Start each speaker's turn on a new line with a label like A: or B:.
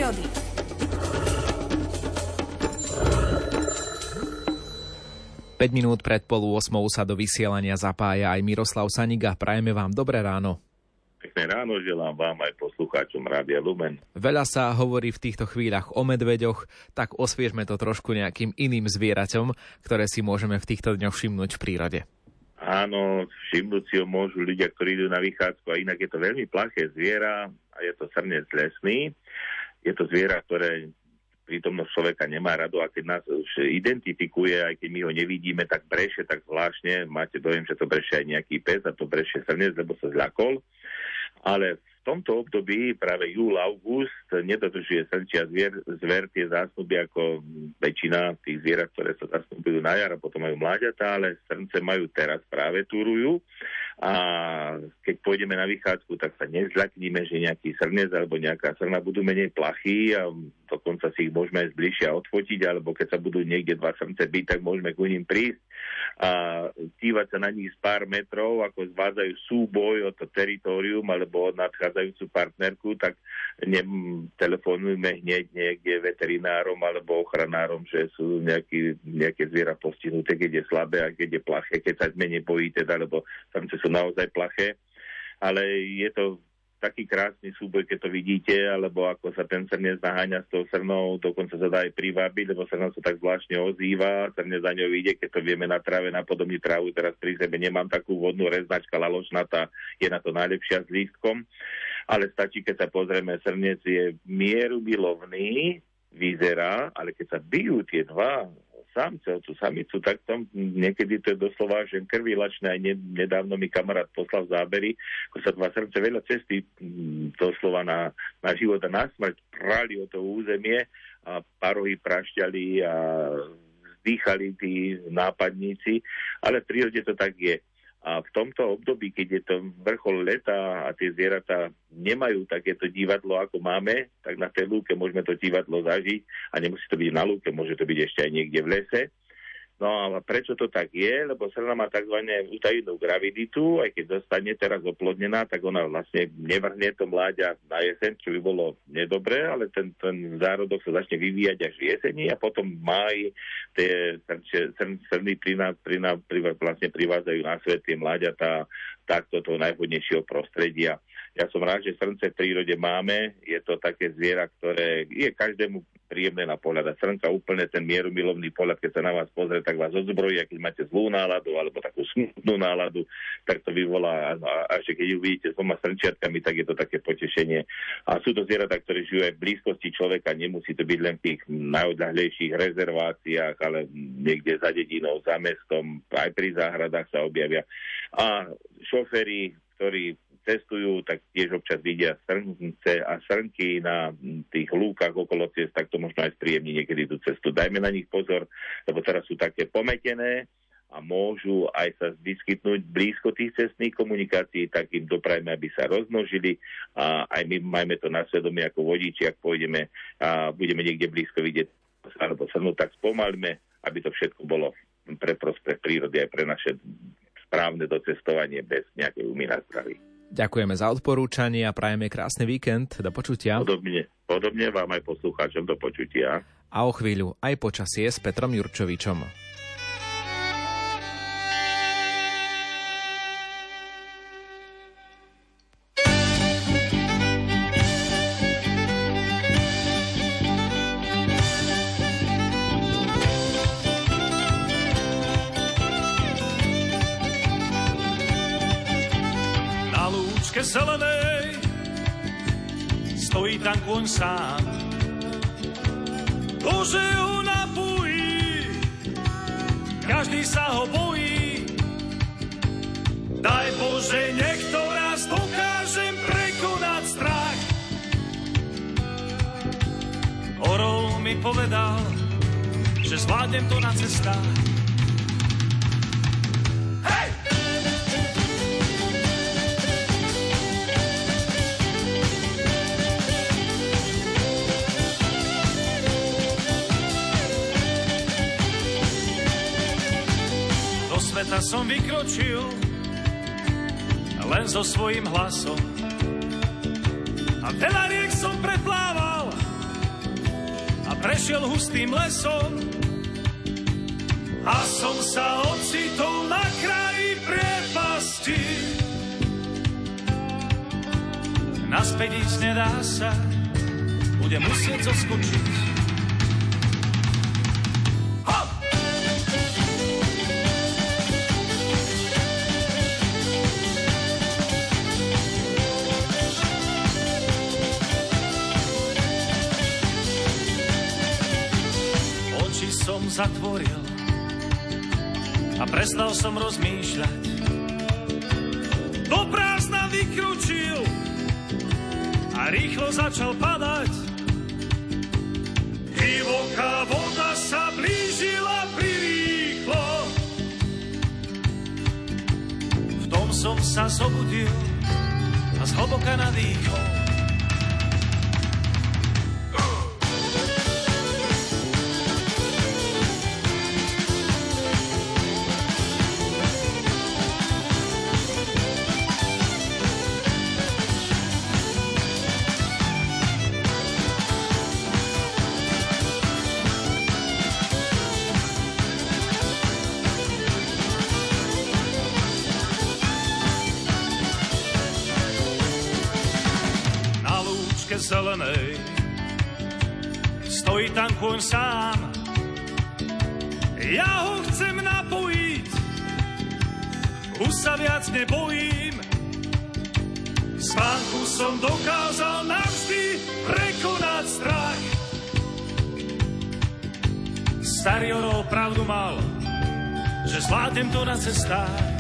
A: prírody.
B: Päť minút pred 7:30 sa do vysielania zapája aj Miroslav Saniga. Prajeme vám dobré ráno.
C: Pekné ráno želám vám aj poslucháčom Rádia Lumen.
B: Veľa sa hovorí v týchto chvíľach o medveďoch, tak osviežme to trošku nejakým iným zvieraťom, ktoré si môžeme v týchto dňoch všimnúť v prírode.
C: Áno, všimnúť si ho môžu ľudia, ktorí idú na vychádzku, a inak je to veľmi plaché zviera a je to srnec lesný. Je to zviera, ktoré prítomnosť človeka nemá rado, a keď nás už identifikuje, aj keď my ho nevidíme, tak breše tak zvláštne. Máte dojem, že to breše aj nejaký pes, a to breše srnec, lebo sa zľakol. Ale v tomto období, práve júl, august, nedodržuje srnčia zver tie zásnuby ako väčšina tých zvierat, ktoré sa zásnubujú na jar a potom majú mláďatá, ale srnce majú teraz, práve túrujú. A keď pôjdeme na vychádzku, tak sa nezľakníme, že nejaký srnec alebo nejaká srna budú menej plachý a dokonca si ich môžeme aj zbližšia odfotiť, alebo keď sa budú niekde dva srnce byť, tak môžeme k ním prísť a dívať sa na nich z pár metrov, ako zvádzajú súboj o to teritorium alebo o nadchádzajúcu partnerku, tak telefonujme hneď niekde veterinárom alebo ochranárom, že sú nejaké zviera postihnuté, keď je slabé a keď je plaché, keď sa menej bojí teda, lebo srnce sú naozaj plaché, ale je to taký krásny súboj, keď to vidíte, alebo ako sa ten srnec naháňa s tou srnou, dokonca sa dá aj privábiť, lebo srna sa tak zvláštne ozýva, srnec za ňou ide, keď to vieme na tráve napodobniť trávu, teraz pri sebe nemám takú vodnú reznačka laločnatá, je na to najlepšia s lístkom, ale stačí, keď sa pozrieme, srnec je mierumilovný, vyzerá, ale keď sa bijú tie dva samce o tú samicu, tak tam niekedy to je doslova, že krvilačné. Aj nedávno mi kamarát poslal zábery, ako sa dva srnce veľa cesty doslova na život a na smrť prali o to územie a parohy prašťali a vzdýchali tí nápadníci, ale v prírode to tak je. A v tomto období, keď je to vrchol leta a tie zvieratá nemajú takéto divadlo, ako máme, tak na tej lúke môžeme to divadlo zažiť a nemusí to byť na lúke, môže to byť ešte aj niekde v lese. No a prečo to tak je? Lebo srna má tzv. Utajenú graviditu, aj keď dostane teraz oplodnená, tak ona vlastne nevrhne to mláďa na jeseň, čo by bolo nedobré, ale ten zárodok sa začne vyvíjať až v jeseni a potom v máji tie srny vlastne privádzajú na svet tie mláďatá takto toho najvhodnejšieho prostredia. Ja som rád, že srnce v prírode máme. Je to také zviera, ktoré je každému príjemné na pohľad. A srnka úplne ten mierumilovný pohľad, keď sa na vás pozrie, tak vás odzbrojí, a keď máte zlú náladu alebo takú smutnú náladu, tak to vyvolá. A že keď ju vidíte s dvoma srnčiatkami, tak je to také potešenie. A sú to zvieratá, ktoré žijú aj v blízkosti človeka. Nemusí to byť len v tých najodľahlejších rezerváciách, ale niekde za dedinou, za mestom, aj pri záhradách sa objavia. A šoféri, ktorí cestujú, tak tiež občas vidia srnce a srnky na tých lúkach okolo ciest, tak to možno aj spríjemní niekedy tú cestu. Dajme na nich pozor, lebo teraz sú také pometené a môžu aj sa vyskytnúť blízko tých cestných komunikácií, tak im doprajme, aby sa rozmnožili a aj my majme to na svedomí ako vodiči, ak pôjdeme a budeme niekde blízko vidieť alebo srnu, tak spomalme, aby to všetko bolo pre prospech prírody aj pre naše správne docestovanie bez nejakej újmy na zdraví.
B: Ďakujeme za odporúčanie a prajeme krásny víkend. Do počutia.
C: Podobne vám aj poslucháčom do počutia.
B: A o chvíľu aj počasie s Petrom Jurčovičom.
D: Zelenej stojí tam kôň sám, Bože ho napojí, každý sa ho bojí. Daj Bože, niekto raz dokážem prekonať strach. Orol mi povedal, že zvládnem to na cestách. Sveta som vykročil len so svojím hlasom a veľa riek som preplával prešiel hustým lesom a som sa ocitol na kraji priepasti. Naspäť ísť nedá sa, budem musieť zoskočiť. Hop! Oči som zatvoril a prestal som rozmýšľať. Do prázdna vykručil a rýchlo začal padať. Divoká voda sa blížila prirýchlo. V tom som sa zobudil a zhlboka nadýchol. Zelenej stojí tam kôň sám. Ja ho chcem napojiť, už sa viac nebojím. Spánku som dokázal navždy prekonať strach. Starý orol pravdu mal, že zvládnem to na cestách.